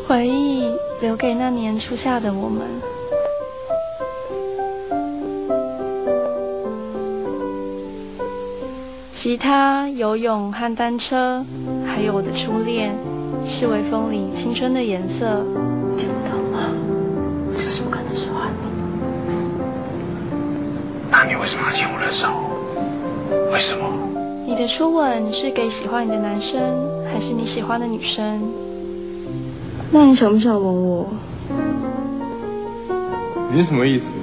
回忆留给那年初夏的我们。吉他、游泳和单车，还有我的初恋，是微风里青春的颜色。 听不懂吗？我就是不可能喜欢你。 那你为什么要牵我的手？为什么？ 你的初吻是给喜欢你的男生，还是你喜欢的女生？那你想不想吻我？ 你是什么意思？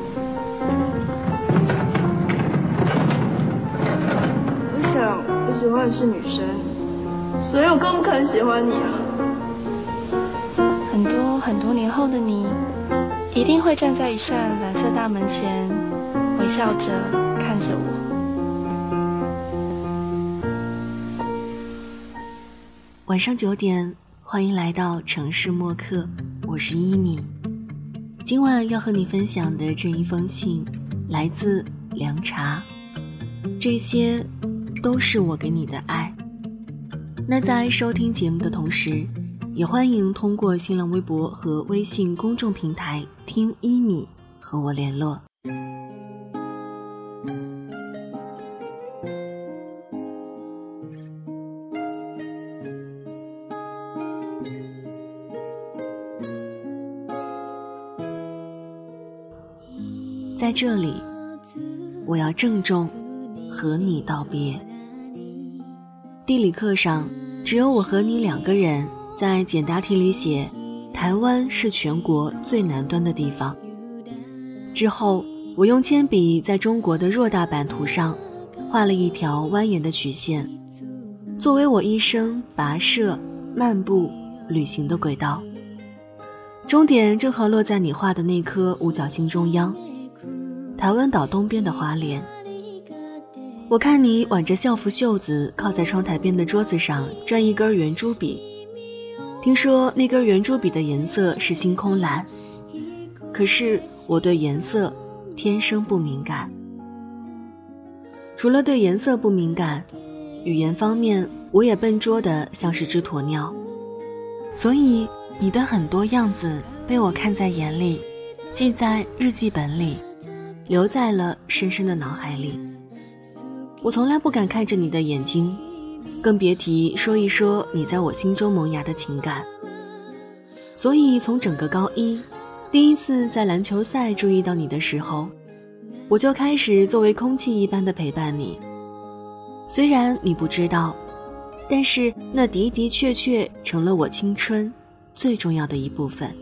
我喜欢的是女生，所以我更不可能喜欢你了。很多很多年后的你，一定会站在一扇蓝色大门前，微笑着看着我。 晚上9点，欢迎来到城市默客，我是依米。今晚要和你分享的这一封信，来自凉茶。这些都是我给你的爱。那在收听节目的同时，也欢迎通过新浪微博和微信公众平台听依米和我联络。在这里，我要郑重和你道别。地理课上，只有我和你2个人在简答题里写台湾是全国最南端的地方。之后，我用铅笔在中国的偌大版图上画了一条蜿蜒的曲线，作为我一生跋涉、漫步、旅行的轨道。终点正好落在你画的那颗五角星中央，台湾岛东边的花莲。我看你挽着校服袖子靠在窗台边的桌子上转一根圆珠笔，听说那根圆珠笔的颜色是星空蓝，可是我对颜色天生不敏感。除了对颜色不敏感，语言方面我也笨拙的像是只鸵鸟，所以你的很多样子被我看在眼里，记在日记本里，留在了深深的脑海里。我从来不敢看着你的眼睛，更别提说一说你在我心中萌芽的情感。所以从整个高一，第一次在篮球赛注意到你的时候，我就开始作为空气一般的陪伴你。虽然你不知道，但是那的的确确成了我青春最重要的一部分。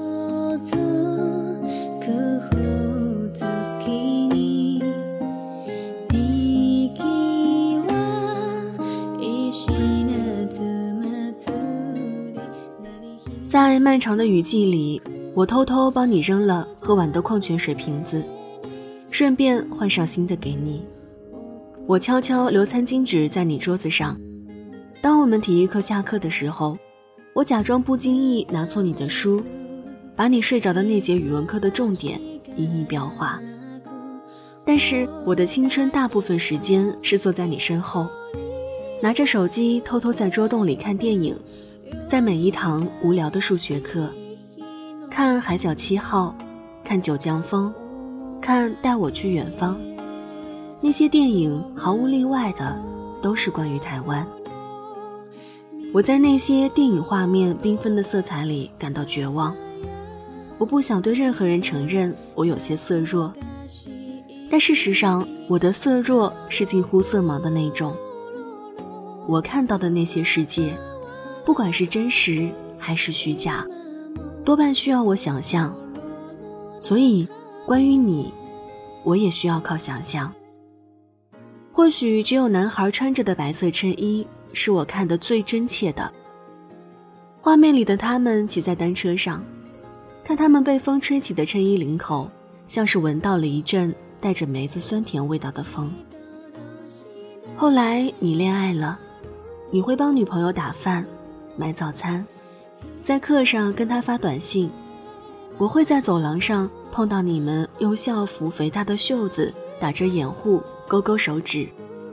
在漫长的雨季里，我偷偷帮你扔了喝完的矿泉水瓶子，顺便换上新的给你。我悄悄留餐巾纸在你桌子上，当我们体育课下课的时候，我假装不经意拿错你的书，把你睡着的那节语文课的重点一一标化。但是我的青春大部分时间是坐在你身后，拿着手机偷偷在桌洞里看电影，在每一堂无聊的数学课，看海角7号，看九江风，看带我去远方。那些电影毫无例外的都是关于台湾。我在那些电影画面缤纷的色彩里感到绝望，我不想对任何人承认我有些色弱，但事实上我的色弱是近乎色盲的那种。我看到的那些世界，不管是真实还是虚假，多半需要我想象。所以关于你，我也需要靠想象。或许只有男孩穿着的白色衬衣是我看得最真切的。画面里的他们骑在单车上，看他们被风吹起的衬衣领口，像是闻到了一阵带着梅子酸甜味道的风。后来你恋爱了，你会帮女朋友打饭买早餐，在课上跟她发短信，我会在走廊上碰到你们用校服肥大的袖子打着掩护勾勾手指。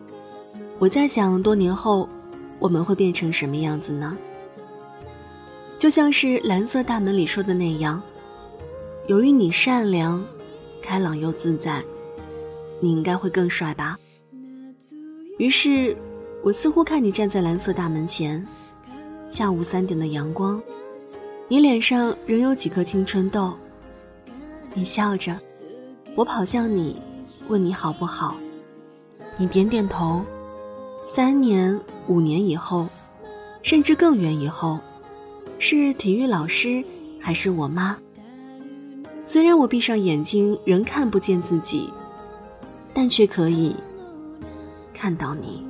我在想多年后我们会变成什么样子呢？ 就像是蓝色大门里说的那样，由于你善良、开朗又自在，你应该会更帅吧。于是我似乎看你站在蓝色大门前，下午3点的阳光，你脸上仍有几颗青春痘，你笑着，我跑向你，问你好不好，你点点头。3年、5年以后，甚至更远以后，是体育老师还是我妈？虽然我闭上眼睛仍看不见自己，但却可以看到你。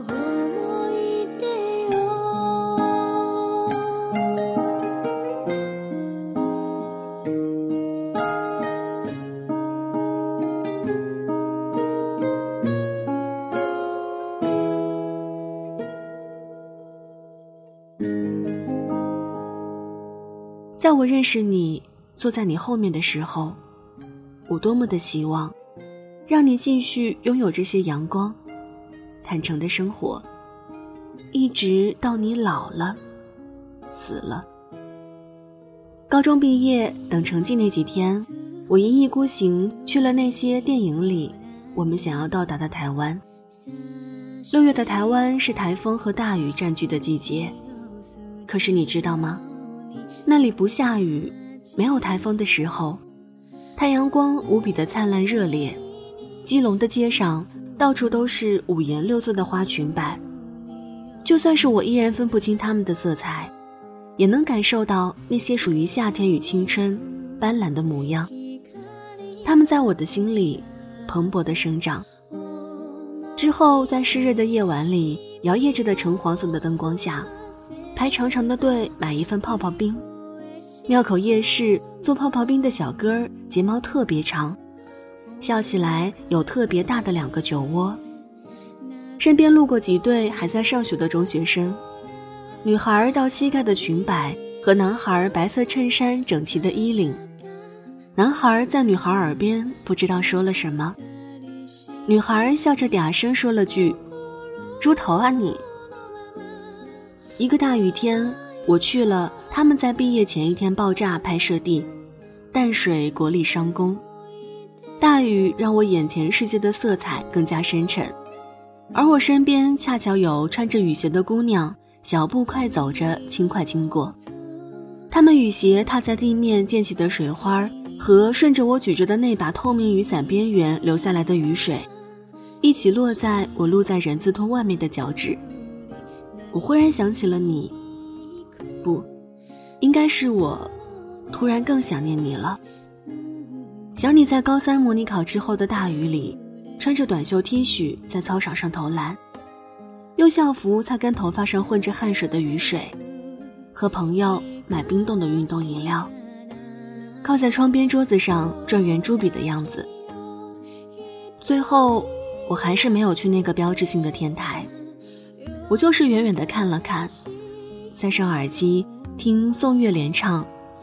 在我认识你，坐在你后面的时候，我多么的希望让你继续拥有这些阳光坦诚的生活，一直到你老了死了。高中毕业等成绩那几天，我一意孤行去了那些电影里我们想要到达的台湾。6月的台湾是台风和大雨占据的季节，可是你知道吗？那里不下雨，没有台风的时候，太阳光无比的灿烂热烈，基隆的街上到处都是5颜6色的花裙摆，就算是我依然分不清它们的色彩，也能感受到那些属于夏天与青春斑斓的模样。它们在我的心里蓬勃的生长。之后在湿热的夜晚里，摇曳着的橙黄色的灯光下，排长长的队买一份泡泡冰。庙口夜市做泡泡冰的小哥儿睫毛特别长，笑起来有特别大的2个酒窝。身边路过几对还在上学的中学生，女孩到膝盖的裙摆和男孩白色衬衫整齐的衣领。男孩在女孩耳边不知道说了什么，女孩笑着嗲声说了句：“猪头啊你。”一个大雨天，我去了他们在毕业前一天爆炸拍摄地淡水国立商工。大雨让我眼前世界的色彩更加深沉，而我身边恰巧有穿着雨鞋的姑娘小步快走着轻快经过，她们雨鞋踏在地面溅起的水花和顺着我举着的那把透明雨伞边缘流下来的雨水一起落在我露在人字拖外面的脚趾。我忽然想起了你，不，应该是我突然更想念你了。想你在高3模拟考之后的大雨里，穿着短袖 T 恤在操场上投篮，用校服擦干头发上混着汗水的雨水，和朋友买冰冻的运动饮料，靠在窗边桌子上转圆珠笔的样子。最后我还是没有去那个标志性的天台，我就是远远地看了看，塞上耳机听宋岳联唱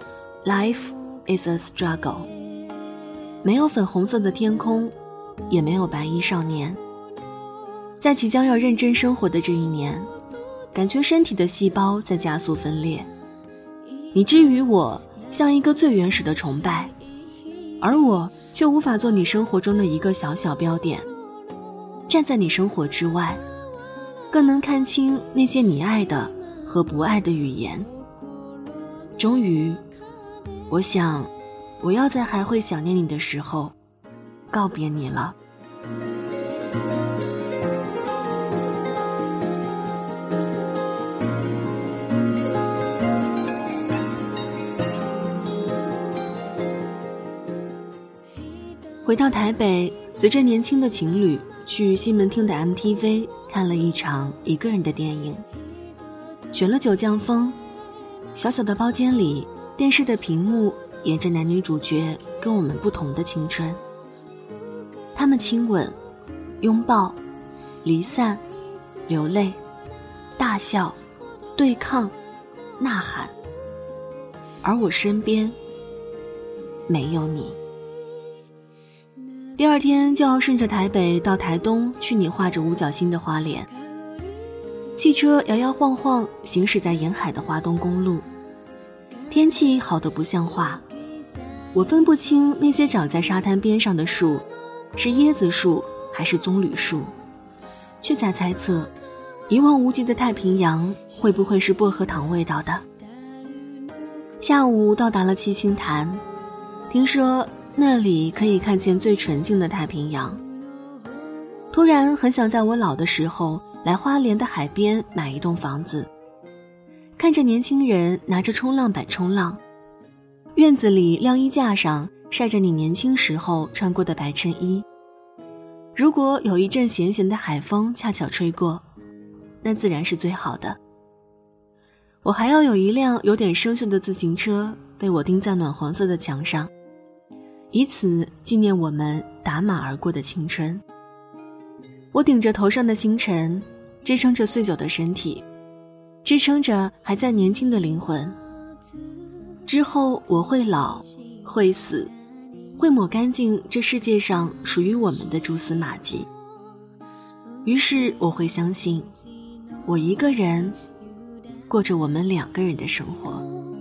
Life is a struggle。 没有粉红色的天空，也没有白衣少年，在即将要认真生活的这一年，感觉身体的细胞在加速分裂。你之于我像一个最原始的崇拜，而我却无法做你生活中的一个小小标点，站在你生活之外，更能看清那些你爱的和不爱的语言。终于，我想我要在还会想念你的时候告别你了。回到台北，随着年轻的情侣去西门町的 MTV 看了一场一个人的电影，选了九降风。小小的包间里，电视的屏幕沿着男女主角跟我们不同的青春，他们亲吻、拥抱、离散、流泪、大笑、对抗、呐喊，而我身边没有你。第二天就要顺着台北到台东去你画着五角星的花莲。汽车摇摇晃晃行驶在沿海的花东公路， 天气好得不像话，我分不清那些长在沙滩边上的树是椰子树还是棕榈树，却在猜测一望无际的太平洋会不会是薄荷糖味道的。下午到达了七星潭，听说那里可以看见最纯净的太平洋。突然很想在我老的时候来花莲的海边买一栋房子，看着年轻人拿着冲浪板冲浪，院子里晾衣架上晒着你年轻时候穿过的白衬衣。如果有一阵咸咸的海风恰巧吹过，那自然是最好的。我还要有一辆有点生锈的自行车被我钉在暖黄色的墙上，以此纪念我们打马而过的青春。我顶着头上的星辰，支撑着岁久的身体，支撑着还在年轻的灵魂。之后我会老，会死，会抹干净这世界上属于我们的蛛丝马迹。于是我会相信，我一个人过着我们2个人的生活。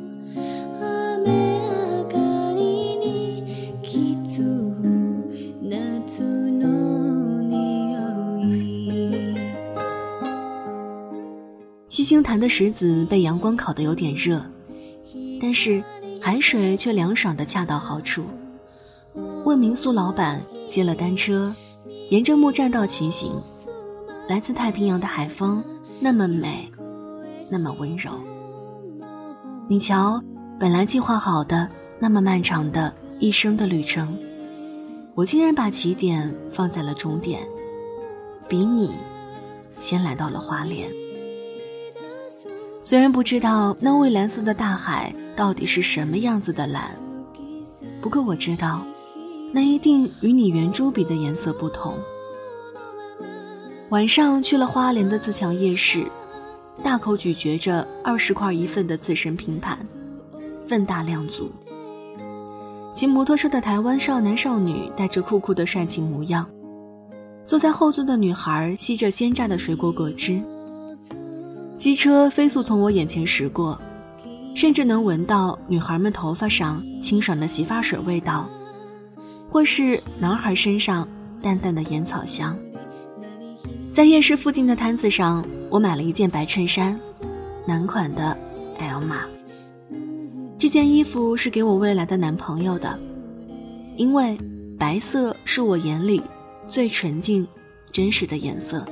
七星潭的石子被阳光烤得有点热，但是海水却凉爽得恰到好处。问民宿老板接了单车，沿着木栈道骑行，来自太平洋的海风那么美，那么温柔。你瞧，本来计划好的那么漫长的一生的旅程，我竟然把起点放在了终点，比你先来到了花莲。虽然不知道那蔚蓝色的大海到底是什么样子的蓝，不过我知道那一定与你圆珠笔的颜色不同。晚上去了花莲的自强夜市，大口咀嚼着20块一份的刺身拼盘，分大量足。骑摩托车的台湾少男少女带着酷酷的帅气模样，坐在后座的女孩吸着鲜榨的水果果汁。机车飞速从我眼前驶过，甚至能闻到女孩们头发上清爽的洗发水味道，或是男孩身上淡淡的烟草香。在夜市附近的摊子上，我买了一件白衬衫，男款的 L 码。这件衣服是给我未来的男朋友的，因为白色是我眼里最纯净真实的颜色。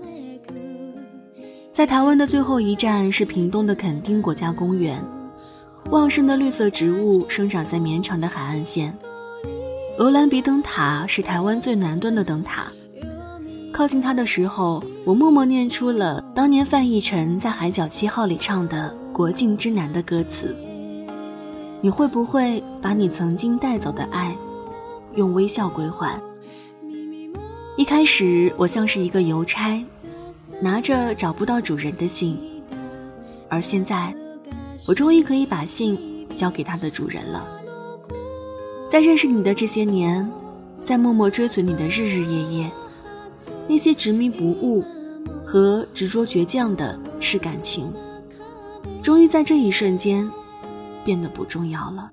在台湾的最后一站是屏东的垦丁国家公园，旺盛的绿色植物生长在绵长的海岸线。鹅銮鼻灯塔是台湾最南端的灯塔，靠近它的时候，我默默念出了当年范逸臣在《海角7号》里唱的《国境之南》的歌词。你会不会把你曾经带走的爱用微笑归还？一开始我像是一个邮差，拿着找不到主人的信，而现在我终于可以把信交给它的主人了。在认识你的这些年，在默默追随你的日日夜夜，那些执迷不悟和执着倔强的是感情，终于在这一瞬间变得不重要了。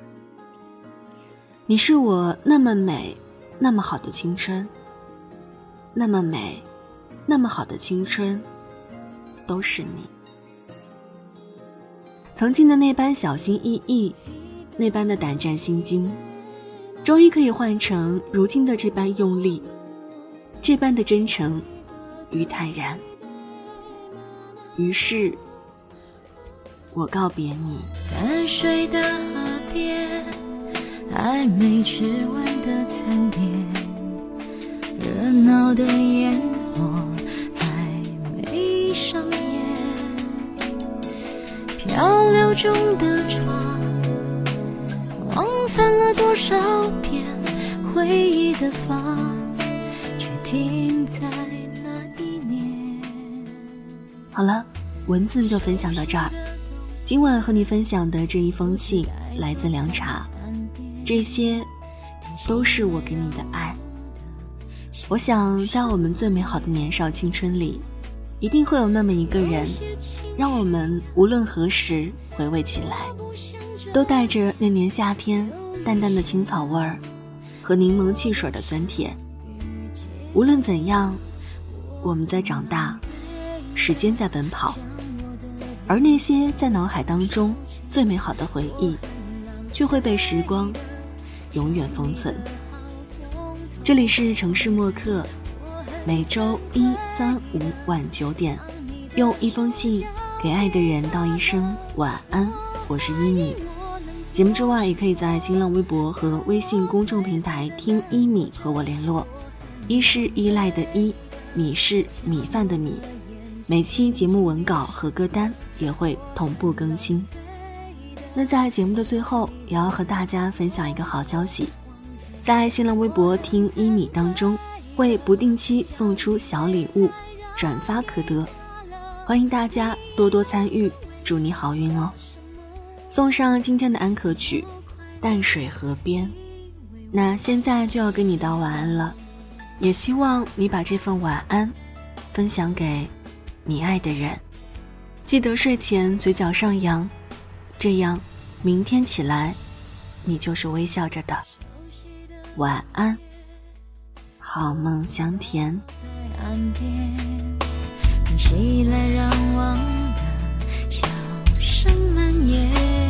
你是我那么美那么好的青春，那么美那么好的青春都是你。曾经的那般小心翼翼，那般的胆战心惊，终于可以换成如今的这般用力，这般的真诚与坦然。于是我告别你。 淡水的河边，还没吃完的餐点，热闹的烟火还没上演，漂流中的船往返了多少遍，回忆的帆却停在那一年。 好了，文字就分享到这儿。今晚和你分享的这一封信来自凉茶，这些都是我给你的爱。我想在我们最美好的年少青春里，一定会有那么一个人，让我们无论何时回味起来都带着那年夏天淡淡的青草味儿和柠檬汽水的酸甜。无论怎样，我们在长大，时间在奔跑，而那些在脑海当中最美好的回忆就会被时光永远封存。这里是城市默客，每周1、3、5晚9点，用一封信给爱的人道一声晚安。我是依米。节目之外，也可以在新浪微博和微信公众平台听依米和我联络。依是依赖的依，米是米饭的米。每期节目文稿和歌单也会同步更新。那在节目的最后，也要和大家分享一个好消息，在新浪微博听依米当中，会不定期送出小礼物，转发可得，欢迎大家多多参与，祝你好运哦。送上今天的安可曲《淡水河边》。那现在就要跟你道晚安了，也希望你把这份晚安分享给你爱的人。记得睡前嘴角上扬，这样明天起来你就是微笑着的。晚安，好梦香甜。 在岸边，熙来攘往的笑声蔓延，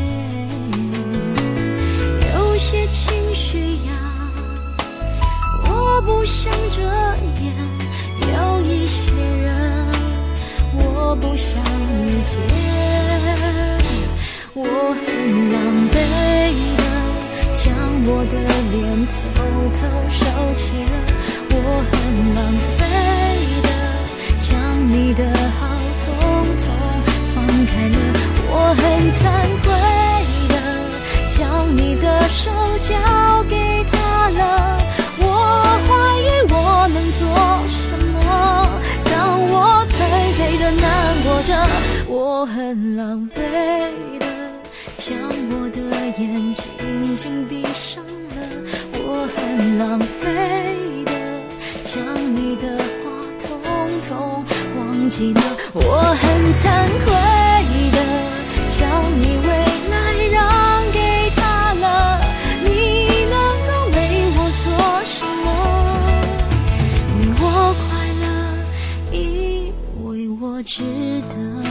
有些情绪呀，我不想遮掩，有一些人我不想遇见，我很狼狈的将我的脸偷偷收起了，我很浪费的将你的好统统放开了，我很惭愧的将你的手交给他了，我怀疑我能做什么，当我颓废的难过着，我很狼狈的将我的眼睛紧闭上了，我很浪费的将你的话统统忘记了，我很惭愧的将你未来让给他了，你能够为我做什么？为我快乐，因为我值得。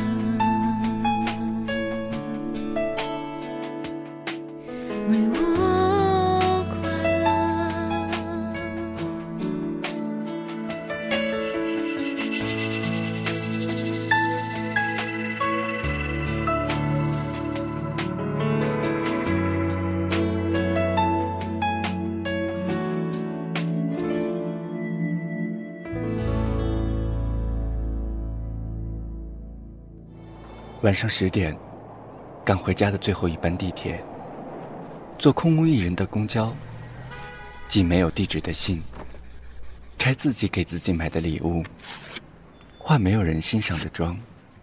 晚上10点，赶回家的最后一班地铁，坐空无一人的公交，寄没有地址的信，拆自己给自己买的礼物，化没有人欣赏的妆。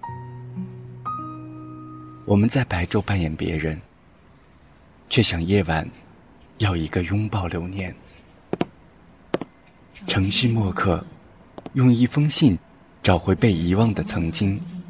我们在白昼扮演别人，却想夜晚要一个拥抱留念。城市默客，用一封信找回被遗忘的曾经。